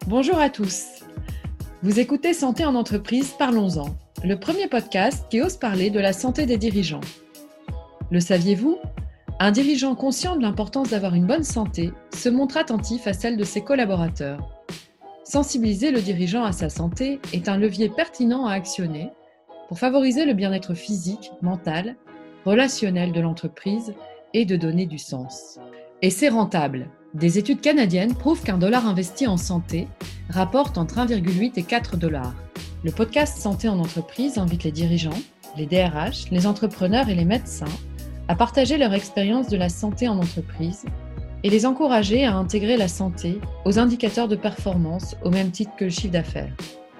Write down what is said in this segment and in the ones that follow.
Bonjour à tous. Vous écoutez Santé en entreprise, parlons-en, le premier podcast qui ose parler de la santé des dirigeants. Le saviez-vous ? Un dirigeant conscient de l'importance d'avoir une bonne santé se montre attentif à celle de ses collaborateurs. Sensibiliser le dirigeant à sa santé est un levier pertinent à actionner pour favoriser le bien-être physique, mental, relationnel de l'entreprise et de donner du sens. Et c'est rentable. Des études canadiennes prouvent qu'un dollar investi en santé rapporte entre 1,8 et 4 dollars. Le podcast Santé en entreprise invite les dirigeants, les DRH, les entrepreneurs et les médecins à partager leur expérience de la santé en entreprise et les encourager à intégrer la santé aux indicateurs de performance au même titre que le chiffre d'affaires.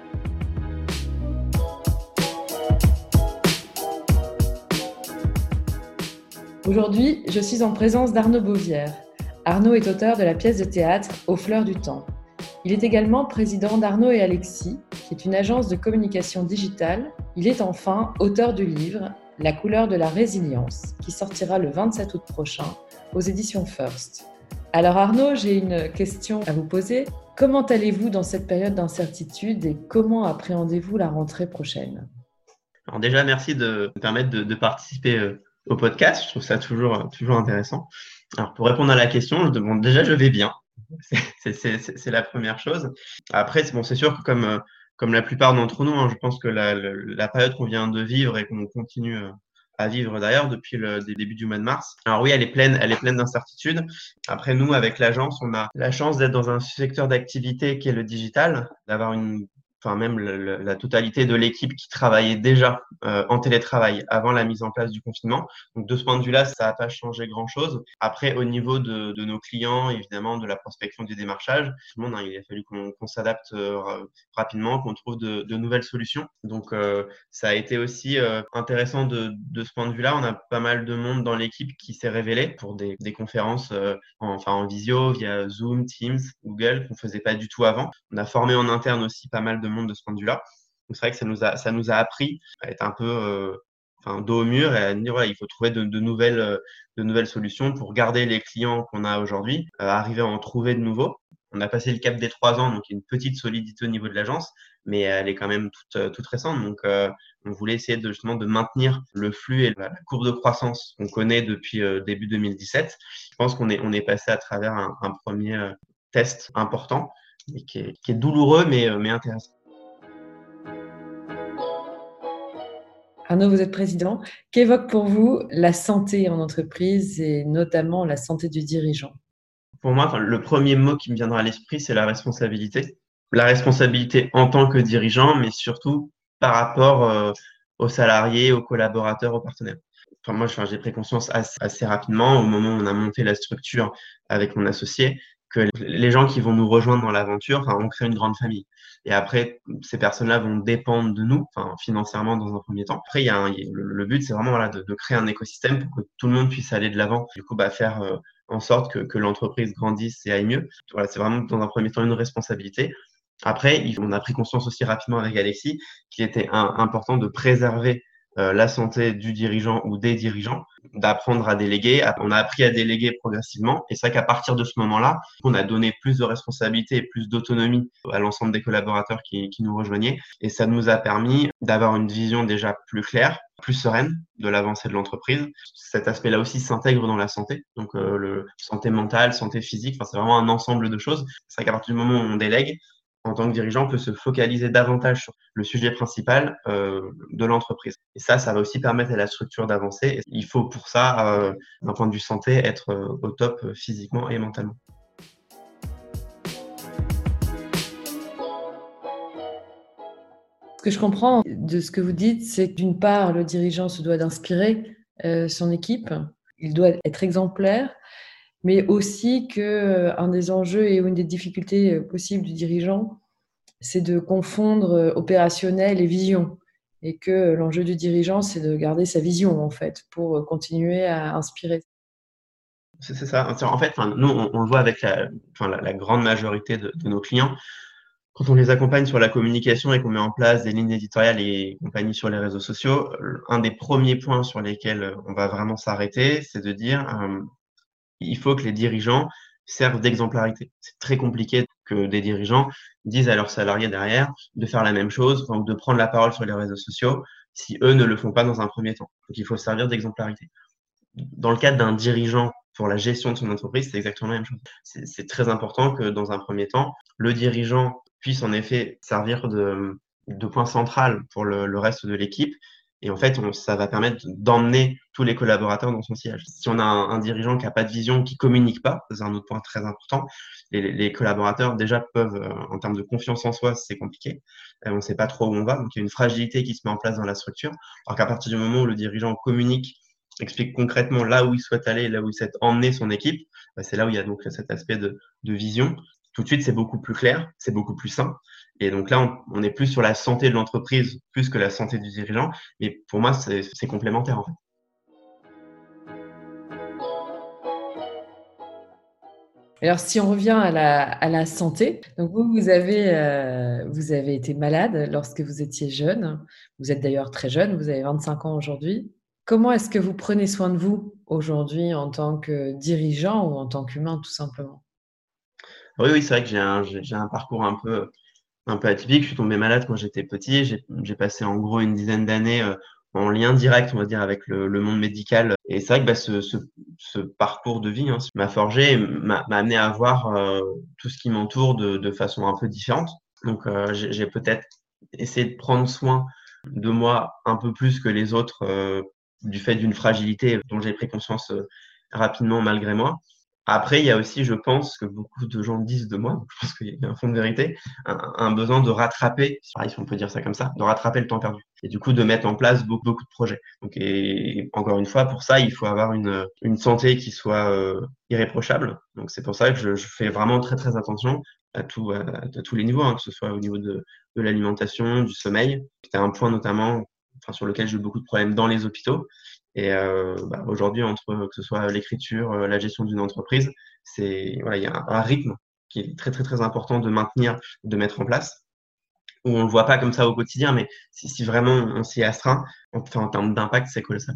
Aujourd'hui, je suis en présence d'Arnaud Beauvière. Arnaud est auteur de la pièce de théâtre Aux fleurs du temps. Il est également président d'Arnaud et Alexis, qui est une agence de communication digitale. Il est enfin auteur du livre La couleur de la résilience, qui sortira le 27 août prochain aux éditions First. Alors Arnaud, j'ai une question à vous poser. Comment allez-vous dans cette période d'incertitude et comment appréhendez-vous la rentrée prochaine ? Alors déjà, merci de me permettre de participer au podcast. Je trouve ça toujours intéressant. Alors pour répondre à la question, déjà je vais bien. C'est la première chose. Après, c'est sûr que comme la plupart d'entre nous, je pense que la période qu'on vient de vivre et qu'on continue à vivre d'ailleurs depuis le début du mois de mars. Alors oui, elle est pleine d'incertitudes. Après, nous, avec l'agence, on a la chance d'être dans un secteur d'activité qui est le digital, d'avoir même la totalité de l'équipe qui travaillait déjà en télétravail avant la mise en place du confinement. Donc de ce point de vue-là, ça n'a pas changé grand-chose. Après, au niveau de nos clients, évidemment, de la prospection, du démarchage, tout le monde, il a fallu qu'on s'adapte rapidement, qu'on trouve de nouvelles solutions. Donc ça a été aussi intéressant de ce point de vue-là. On a pas mal de monde dans l'équipe qui s'est révélé pour des conférences en visio, via Zoom, Teams, Google, qu'on faisait pas du tout avant. On a formé en interne aussi pas mal de monde de ce point de vue-là. Donc c'est vrai que ça nous a appris à être un peu dos au mur et à nous dire voilà, il faut trouver de nouvelles solutions pour garder les clients qu'on a aujourd'hui, arriver à en trouver de nouveaux. On a passé le cap des 3 ans, donc il y a une petite solidité au niveau de l'agence, mais elle est quand même toute récente. Donc on voulait essayer justement de maintenir le flux et la courbe de croissance qu'on connaît depuis début 2017. Je pense qu'on est passé à travers un premier test important et qui est douloureux mais intéressant. Arnaud, vous êtes président. Qu'évoque pour vous la santé en entreprise et notamment la santé du dirigeant ? Pour moi, le premier mot qui me viendra à l'esprit, c'est la responsabilité. La responsabilité en tant que dirigeant, mais surtout par rapport aux salariés, aux collaborateurs, aux partenaires. Moi, j'ai pris conscience assez rapidement, au moment où on a monté la structure avec mon associé, que les gens qui vont nous rejoindre dans l'aventure, on crée une grande famille. Et après, ces personnes-là vont dépendre de nous, financièrement dans un premier temps. Après, le but, c'est vraiment de créer un écosystème pour que tout le monde puisse aller de l'avant. Du coup, faire en sorte que l'entreprise grandisse et aille mieux. Voilà, c'est vraiment dans un premier temps une responsabilité. Après, on a pris conscience aussi rapidement avec Alexis qu'il était important de préserver la santé du dirigeant ou des dirigeants, d'apprendre à déléguer. On a appris à déléguer progressivement et c'est vrai qu'à partir de ce moment-là, on a donné plus de responsabilité et plus d'autonomie à l'ensemble des collaborateurs qui nous rejoignaient et ça nous a permis d'avoir une vision déjà plus claire, plus sereine de l'avancée de l'entreprise. Cet aspect-là aussi s'intègre dans la santé, donc santé mentale, santé physique, c'est vraiment un ensemble de choses. C'est vrai qu'à partir du moment où on délègue, en tant que dirigeant, on peut se focaliser davantage sur le sujet principal de l'entreprise. Et ça va aussi permettre à la structure d'avancer. Il faut pour ça, d'un point de vue santé, être au top physiquement et mentalement. Ce que je comprends de ce que vous dites, c'est que d'une part, le dirigeant se doit d'inspirer son équipe, il doit être exemplaire, mais aussi qu'un des enjeux et une des difficultés possibles du dirigeant, c'est de confondre opérationnel et vision. Et que l'enjeu du dirigeant, c'est de garder sa vision, en fait, pour continuer à inspirer. C'est ça. En fait, nous, on le voit avec la grande majorité de nos clients. Quand on les accompagne sur la communication et qu'on met en place des lignes éditoriales et compagnie sur les réseaux sociaux, un des premiers points sur lesquels on va vraiment s'arrêter, c'est de dire il faut que les dirigeants servent d'exemplarité. C'est très compliqué que des dirigeants disent à leurs salariés derrière de faire la même chose, ou de prendre la parole sur les réseaux sociaux si eux ne le font pas dans un premier temps. Donc, il faut servir d'exemplarité. Dans le cadre d'un dirigeant pour la gestion de son entreprise, c'est exactement la même chose. C'est très important que dans un premier temps, le dirigeant puisse en effet servir de point central pour le reste de l'équipe. Et en fait, ça va permettre d'emmener tous les collaborateurs dans son sillage. Si on a un dirigeant qui n'a pas de vision, qui communique pas, c'est un autre point très important, les collaborateurs déjà peuvent, en termes de confiance en soi, c'est compliqué. On ne sait pas trop où on va, donc il y a une fragilité qui se met en place dans la structure. Alors qu'à partir du moment où le dirigeant communique, explique concrètement là où il souhaite aller, là où il souhaite emmener son équipe, c'est là où il y a donc cet aspect de vision. Tout de suite, c'est beaucoup plus clair, c'est beaucoup plus sain. Et donc là, on est plus sur la santé de l'entreprise plus que la santé du dirigeant. Mais pour moi, c'est complémentaire en fait. Alors, si on revient à la santé, donc vous avez été malade lorsque vous étiez jeune. Vous êtes d'ailleurs très jeune, vous avez 25 ans aujourd'hui. Comment est-ce que vous prenez soin de vous aujourd'hui en tant que dirigeant ou en tant qu'humain, tout simplement? Oui, c'est vrai que j'ai un parcours un peu atypique. Je suis tombé malade quand j'étais petit. J'ai passé en gros une dizaine d'années en lien direct, on va dire, avec le monde médical. Et c'est vrai que ce parcours de vie m'a forgé, m'a amené à voir tout ce qui m'entoure de façon un peu différente. Donc, j'ai peut-être essayé de prendre soin de moi un peu plus que les autres du fait d'une fragilité dont j'ai pris conscience rapidement malgré moi. Après, il y a aussi, je pense, que beaucoup de gens disent de moi, donc je pense qu'il y a un fond de vérité, un besoin de rattraper, pareil, si on peut dire ça comme ça, de rattraper le temps perdu. Et du coup, de mettre en place beaucoup de projets. Donc, et encore une fois, pour ça, il faut avoir une santé qui soit irréprochable. Donc, c'est pour ça que je fais vraiment très, très attention à tous les niveaux, que ce soit au niveau de l'alimentation, du sommeil. C'était un point notamment, sur lequel j'ai eu beaucoup de problèmes dans les hôpitaux. Et aujourd'hui, entre que ce soit l'écriture, la gestion d'une entreprise, voilà, il y a un rythme qui est très très très important de maintenir, de mettre en place, où on le voit pas comme ça au quotidien, mais si vraiment on s'y astreint, en termes d'impact, c'est colossal.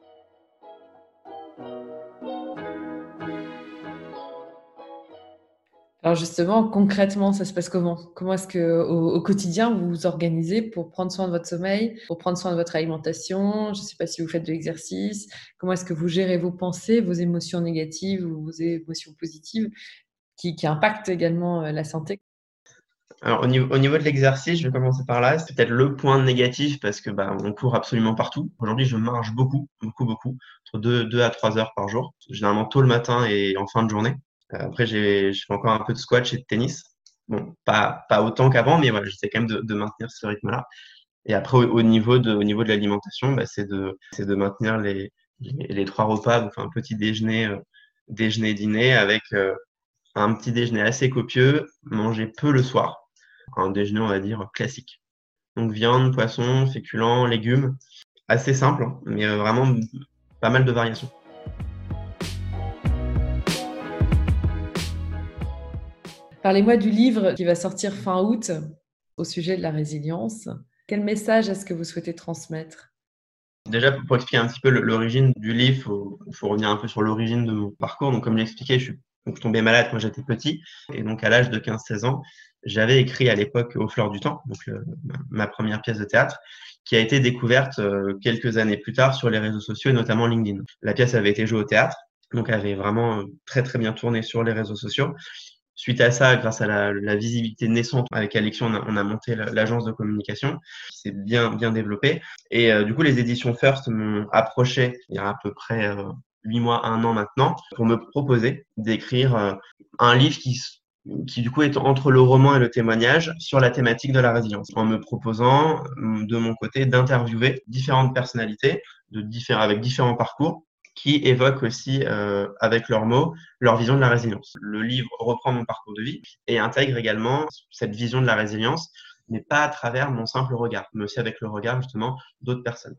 Alors justement, concrètement, ça se passe comment? Comment est-ce que au quotidien, vous vous organisez pour prendre soin de votre sommeil, pour prendre soin de votre alimentation? Je ne sais pas si vous faites de l'exercice. Comment est-ce que vous gérez vos pensées, vos émotions négatives ou vos émotions positives qui impactent également la santé? Alors, au niveau de l'exercice, je vais commencer par là. C'est peut-être le point négatif parce que on court absolument partout. Aujourd'hui, je marche beaucoup, beaucoup, beaucoup, entre 2 à 3 heures par jour, généralement tôt le matin et en fin de journée. Après, je fais encore un peu de squash et de tennis. Bon, pas autant qu'avant, mais voilà, j'essaie quand même de maintenir ce rythme-là. Et après, au niveau de l'alimentation, c'est de maintenir les trois repas, donc un petit déjeuner, déjeuner, dîner, avec un petit déjeuner assez copieux, manger peu le soir. Un déjeuner, on va dire, classique. Donc viande, poisson, féculents, légumes. Assez simple, mais vraiment pas mal de variations. Parlez-moi du livre qui va sortir fin août au sujet de la résilience. Quel message est-ce que vous souhaitez transmettre? Déjà, pour expliquer un petit peu l'origine du livre, faut revenir un peu sur l'origine de mon parcours. Donc, comme j'expliquais, je suis tombé malade quand j'étais petit. Et donc, à l'âge de 15-16 ans, j'avais écrit à l'époque Aux Fleurs du Temps, donc ma première pièce de théâtre, qui a été découverte quelques années plus tard sur les réseaux sociaux et notamment LinkedIn. La pièce avait été jouée au théâtre, donc elle avait vraiment très très bien tourné sur les réseaux sociaux. Suite à ça, grâce à la visibilité naissante avec Alexis, on a monté l'agence de communication qui s'est bien développée. Et du coup, les éditions First m'ont approché il y a à peu près 8 mois, 1 an maintenant, pour me proposer d'écrire un livre qui du coup est entre le roman et le témoignage sur la thématique de la résilience, en me proposant de mon côté d'interviewer différentes personnalités avec différents parcours qui évoquent aussi, avec leurs mots, leur vision de la résilience. Le livre reprend mon parcours de vie et intègre également cette vision de la résilience, mais pas à travers mon simple regard, mais aussi avec le regard justement d'autres personnes.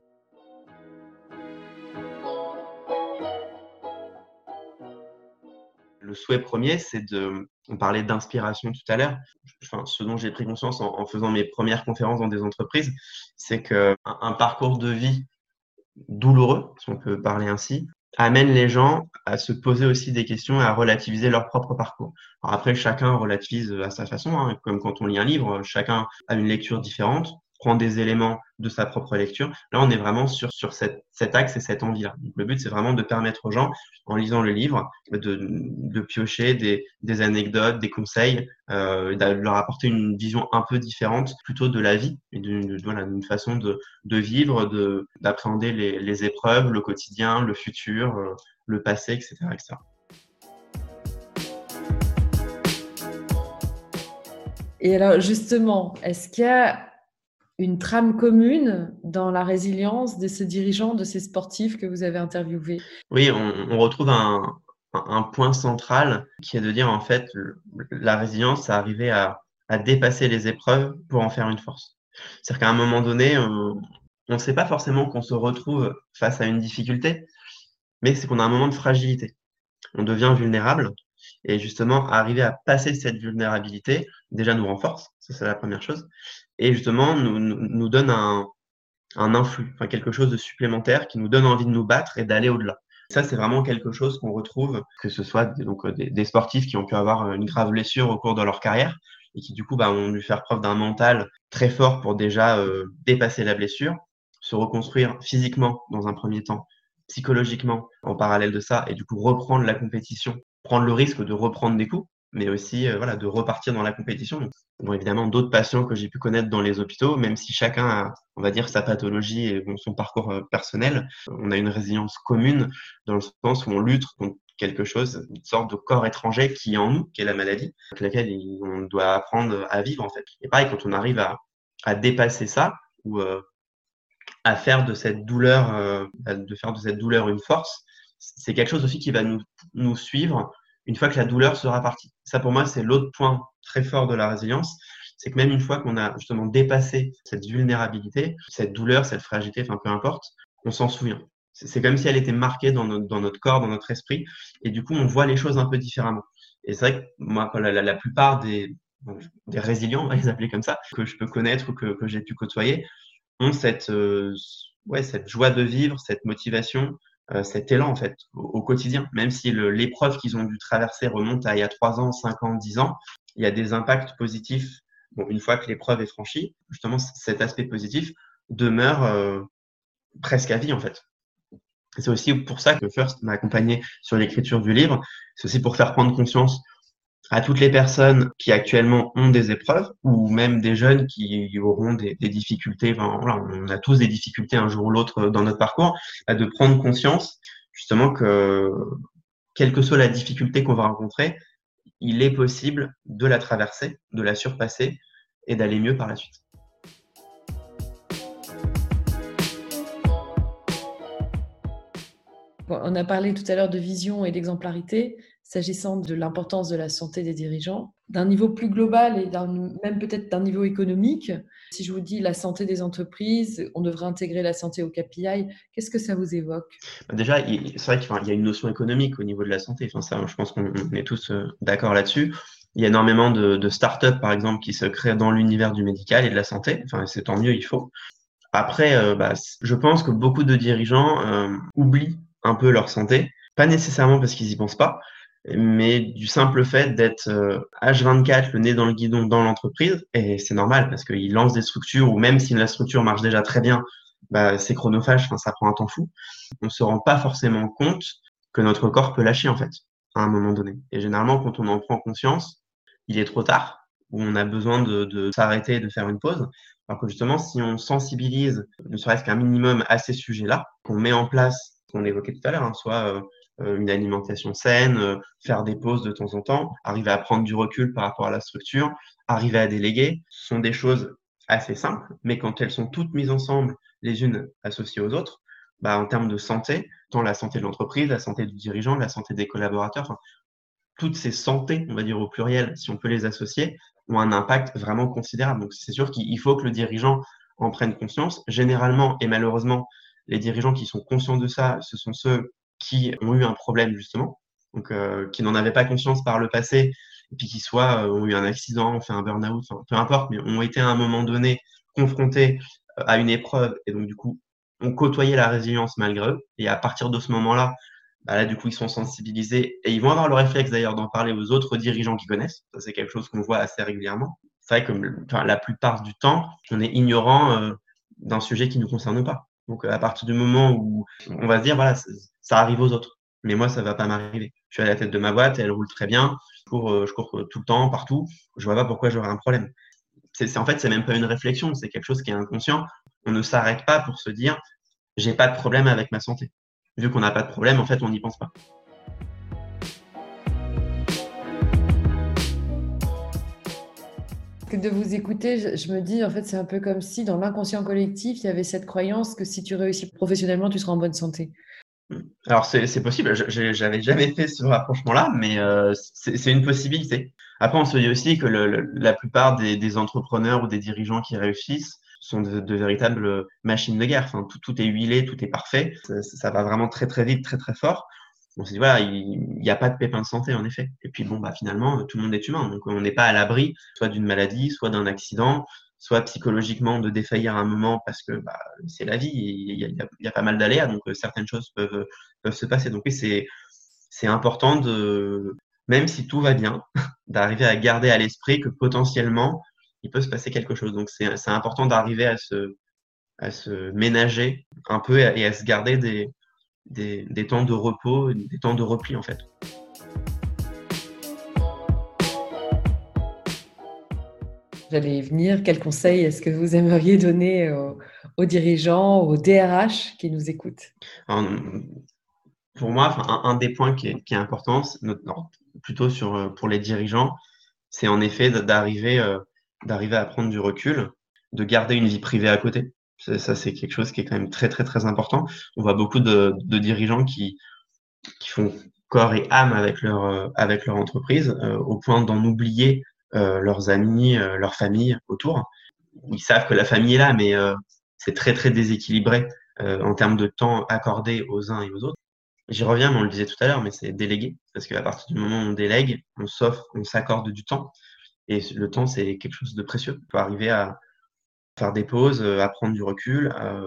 Le souhait premier, on parlait d'inspiration tout à l'heure, ce dont j'ai pris conscience en faisant mes premières conférences dans des entreprises, c'est qu'un parcours de vie douloureux, si on peut parler ainsi, amène les gens à se poser aussi des questions et à relativiser leur propre parcours. Alors après, chacun relativise à sa façon, hein, comme quand on lit un livre, chacun a une lecture différente, prend des éléments de sa propre lecture. Là, on est vraiment sur cet axe et cette envie-là. Donc, le but, c'est vraiment de permettre aux gens, en lisant le livre, de piocher des anecdotes, des conseils, de leur apporter une vision un peu différente plutôt de la vie et voilà, d'une façon de vivre, d'appréhender les épreuves, le quotidien, le futur, le passé, etc., etc. Et alors justement, est-ce qu'il y a une trame commune dans la résilience de ces dirigeants, de ces sportifs que vous avez interviewés? Oui, on retrouve un point central qui est de dire en fait la résilience, c'est arriver à dépasser les épreuves pour en faire une force. C'est-à-dire qu'à un moment donné, on ne sait pas forcément qu'on se retrouve face à une difficulté, mais c'est qu'on a un moment de fragilité. On devient vulnérable et justement arriver à passer cette vulnérabilité déjà nous renforce, ça c'est la première chose, et justement nous donne un influx, enfin quelque chose de supplémentaire qui nous donne envie de nous battre et d'aller au-delà. Ça, c'est vraiment quelque chose qu'on retrouve, que ce soit donc, des sportifs qui ont pu avoir une grave blessure au cours de leur carrière et qui du coup ont dû faire preuve d'un mental très fort pour déjà dépasser la blessure, se reconstruire physiquement dans un premier temps, psychologiquement en parallèle de ça, et du coup reprendre la compétition, prendre le risque de reprendre des coups, mais aussi voilà, de repartir dans la compétition. Donc, bon, évidemment, d'autres patients que j'ai pu connaître dans les hôpitaux, même si chacun a, on va dire, sa pathologie et son parcours personnel, on a une résilience commune dans le sens où on lutte contre quelque chose, une sorte de corps étranger qui est en nous, qui est la maladie, avec laquelle on doit apprendre à vivre en fait. Et pareil, quand on arrive à dépasser ça, ou à faire de cette douleur, une force, c'est quelque chose aussi qui va nous suivre une fois que la douleur sera partie. Ça, pour moi, c'est l'autre point très fort de la résilience, c'est que même une fois qu'on a justement dépassé cette vulnérabilité, cette douleur, cette fragilité, enfin peu importe, on s'en souvient. C'est comme si elle était marquée dans notre corps, dans notre esprit, et du coup, on voit les choses un peu différemment. Et c'est vrai que moi, la plupart des résilients, on va les appeler comme ça, que je peux connaître ou que j'ai pu côtoyer, ont cette joie de vivre, cette motivation, cet élan en fait au quotidien. Même si l'épreuve qu'ils ont dû traverser remonte à il y a 3 ans, 5 ans, 10 ans, il y a des impacts positifs. Bon, une fois que l'épreuve est franchie, justement, cet aspect positif demeure presque à vie en fait. C'est aussi pour ça que First m'a accompagné sur l'écriture du livre. C'est aussi pour faire prendre conscience à toutes les personnes qui actuellement ont des épreuves ou même des jeunes qui auront des difficultés. Enfin, voilà, on a tous des difficultés un jour ou l'autre dans notre parcours, de prendre conscience justement que quelle que soit la difficulté qu'on va rencontrer, il est possible de la traverser, de la surpasser et d'aller mieux par la suite. On a parlé tout à l'heure de vision et d'exemplarité, s'agissant de l'importance de la santé des dirigeants. D'un niveau plus global et même peut-être d'un niveau économique, si je vous dis la santé des entreprises, on devrait intégrer la santé au KPI, qu'est-ce que ça vous évoque? Déjà, c'est vrai qu'il y a une notion économique au niveau de la santé. Enfin, ça, je pense qu'on est tous d'accord là-dessus. Il y a énormément de startups, par exemple, qui se créent dans l'univers du médical et de la santé. Enfin, c'est tant mieux, il faut. Après, je pense que beaucoup de dirigeants oublient un peu leur santé, pas nécessairement parce qu'ils y pensent pas, mais du simple fait d'être H24, le nez dans le guidon dans l'entreprise, et c'est normal parce qu'ils lancent des structures où même si la structure marche déjà très bien, c'est chronophage, enfin, ça prend un temps fou. On se rend pas forcément compte que notre corps peut lâcher en fait à un moment donné. Et généralement, quand on en prend conscience, il est trop tard, où on a besoin de s'arrêter et de faire une pause. Alors que justement, si on sensibilise, ne serait-ce qu'un minimum à ces sujets-là, qu'on met en place, qu'on évoquait tout à l'heure, hein, soit une alimentation saine, faire des pauses de temps en temps, arriver à prendre du recul par rapport à la structure, arriver à déléguer, ce sont des choses assez simples, mais quand elles sont toutes mises ensemble, les unes associées aux autres, en termes de santé, tant la santé de l'entreprise, la santé du dirigeant, la santé des collaborateurs, enfin, toutes ces santé, on va dire au pluriel, si on peut les associer, ont un impact vraiment considérable. Donc, c'est sûr qu'il faut que le dirigeant en prenne conscience. Généralement, et malheureusement, les dirigeants qui sont conscients de ça, ce sont ceux qui ont eu un problème, justement, donc qui n'en avaient pas conscience par le passé, et puis qui soit ont eu un accident, ont fait un burn-out, enfin, peu importe, mais ont été à un moment donné confrontés à une épreuve, et donc du coup, ont côtoyé la résilience malgré eux. Et à partir de ce moment-là, bah là, du coup, ils sont sensibilisés et ils vont avoir le réflexe d'ailleurs d'en parler aux autres dirigeants qu'ils connaissent. Ça, c'est quelque chose qu'on voit assez régulièrement. C'est vrai que la plupart du temps, on est ignorant d'un sujet qui ne nous concerne pas. Donc, à partir du moment où on va se dire, voilà, ça arrive aux autres, mais moi, ça va pas m'arriver. Je suis à la tête de ma boîte, elle roule très bien, je cours tout le temps, partout. Je vois pas pourquoi j'aurais un problème. En fait, c'est même pas une réflexion, c'est quelque chose qui est inconscient. On ne s'arrête pas pour se dire, j'ai pas de problème avec ma santé. Vu qu'on n'a pas de problème, en fait, on n'y pense pas. Que de vous écouter, je me dis, en fait, c'est un peu comme si dans l'inconscient collectif, il y avait cette croyance que si tu réussis professionnellement, tu seras en bonne santé. Alors, c'est possible, j'avais jamais fait ce rapprochement-là, mais c'est une possibilité. Après, on se dit aussi que la plupart des entrepreneurs ou des dirigeants qui réussissent sont de véritables machines de guerre. Enfin, tout est huilé, tout est parfait. Ça va vraiment très, très vite, très, très fort. On se dit, voilà, il n'y a pas de pépin de santé, en effet. Et puis, bon, bah, finalement, tout le monde est humain. Donc, on n'est pas à l'abri, soit d'une maladie, soit d'un accident, soit psychologiquement de défaillir à un moment parce que bah, c'est la vie. Il y a pas mal d'aléas. Donc, certaines choses peuvent se passer. Donc, oui, c'est important même si tout va bien, d'arriver à garder à l'esprit que potentiellement, il peut se passer quelque chose. Donc, c'est important d'arriver à se ménager un peu et à se garder des temps de repos, des temps de repli, en fait. J'allais y venir. Quel conseil est-ce que vous aimeriez donner aux dirigeants, aux DRH qui nous écoutent? Alors, pour moi, enfin, un des points qui est important, non, plutôt pour les dirigeants, c'est en effet d'arriver à prendre du recul, de garder une vie privée à côté. Ça, c'est quelque chose qui est quand même très, très, très important. On voit beaucoup de dirigeants qui font corps et âme avec leur entreprise, au point d'en oublier leurs amis, leur famille autour. Ils savent que la famille est là, mais c'est très, très déséquilibré en termes de temps accordé aux uns et aux autres. J'y reviens, mais on le disait tout à l'heure, mais c'est déléguer. Parce qu'à partir du moment où on délègue, on s'offre, on s'accorde du temps. Et le temps, c'est quelque chose de précieux. Il faut arriver à faire des pauses, à prendre du recul,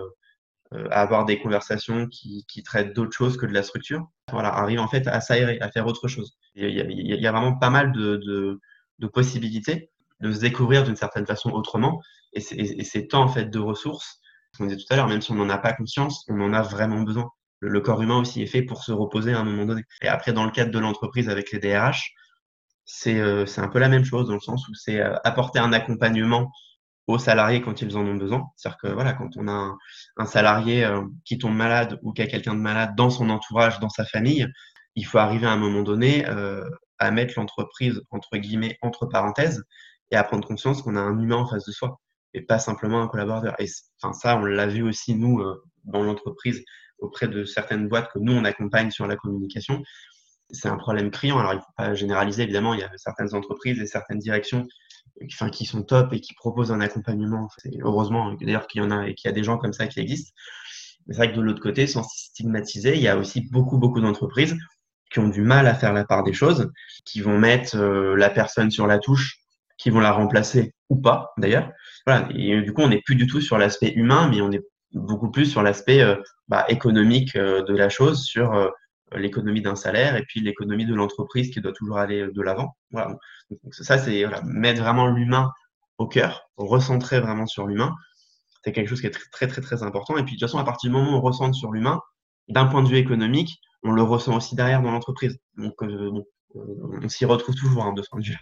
à avoir des conversations qui traitent d'autres choses que de la structure. Voilà, arrive en fait à s'aérer, à faire autre chose. Il y a vraiment pas mal de possibilités de se découvrir d'une certaine façon autrement. Et ces temps en fait de ressources, comme on disait tout à l'heure, même si on n'en a pas conscience, on en a vraiment besoin. Le corps humain aussi est fait pour se reposer à un moment donné. Et après, dans le cadre de l'entreprise avec les DRH, c'est un peu la même chose dans le sens où c'est apporter un accompagnement aux salariés quand ils en ont besoin. C'est-à-dire que voilà, quand on a un salarié qui tombe malade ou qui a quelqu'un de malade dans son entourage, dans sa famille, il faut arriver à un moment donné à mettre l'entreprise entre guillemets entre parenthèses et à prendre conscience qu'on a un humain en face de soi et pas simplement un collaborateur. Et enfin ça, on l'a vu aussi nous dans l'entreprise auprès de certaines boîtes que nous on accompagne sur la communication. C'est un problème criant. Alors il ne faut pas généraliser évidemment. Il y a certaines entreprises et certaines directions qui sont top et qui proposent un accompagnement. Heureusement d'ailleurs qu'il y en a et qu'il y a des gens comme ça qui existent. Mais c'est vrai que de l'autre côté, sans stigmatiser, il y a aussi beaucoup, beaucoup d'entreprises qui ont du mal à faire la part des choses, qui vont mettre la personne sur la touche, qui vont la remplacer ou pas d'ailleurs. Voilà. Et du coup, on n'est plus du tout sur l'aspect humain, mais on est beaucoup plus sur l'aspect économique de la chose, sur l'économie d'un salaire et puis l'économie de l'entreprise qui doit toujours aller de l'avant. Voilà. Donc ça, c'est voilà, mettre vraiment l'humain au cœur, recentrer vraiment sur l'humain. C'est quelque chose qui est très, très, très, très important. Et puis, de toute façon, à partir du moment où on recentre sur l'humain, d'un point de vue économique, on le ressent aussi derrière dans l'entreprise. Donc, bon, on s'y retrouve toujours hein, de ce point de vue.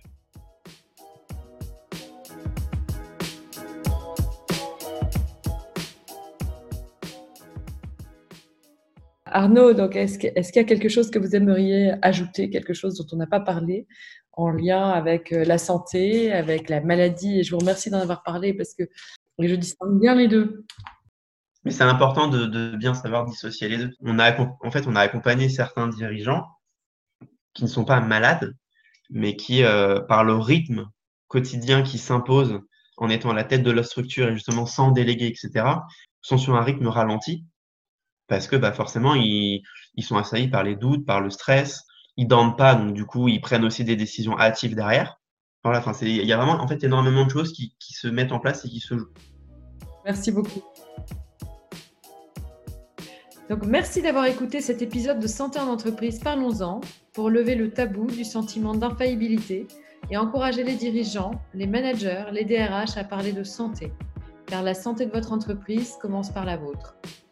Arnaud, donc est-ce qu'il y a quelque chose que vous aimeriez ajouter, quelque chose dont on n'a pas parlé, en lien avec la santé, avec la maladie? Et je vous remercie d'en avoir parlé parce que je distingue bien les deux. Mais c'est important de bien savoir dissocier les deux. En fait, on a accompagné certains dirigeants qui ne sont pas malades, mais qui, par le rythme quotidien qui s'impose en étant à la tête de la structure et justement sans déléguer, etc., sont sur un rythme ralenti parce que bah, forcément, ils sont assaillis par les doutes, par le stress, ils dorment pas, donc du coup, ils prennent aussi des décisions hâtives derrière. Voilà, enfin, il y a vraiment en fait énormément de choses qui se mettent en place et qui se jouent. Merci beaucoup. Donc, merci d'avoir écouté cet épisode de Santé en entreprise, parlons-en, pour lever le tabou du sentiment d'infaillibilité et encourager les dirigeants, les managers, les DRH à parler de santé. Car la santé de votre entreprise commence par la vôtre.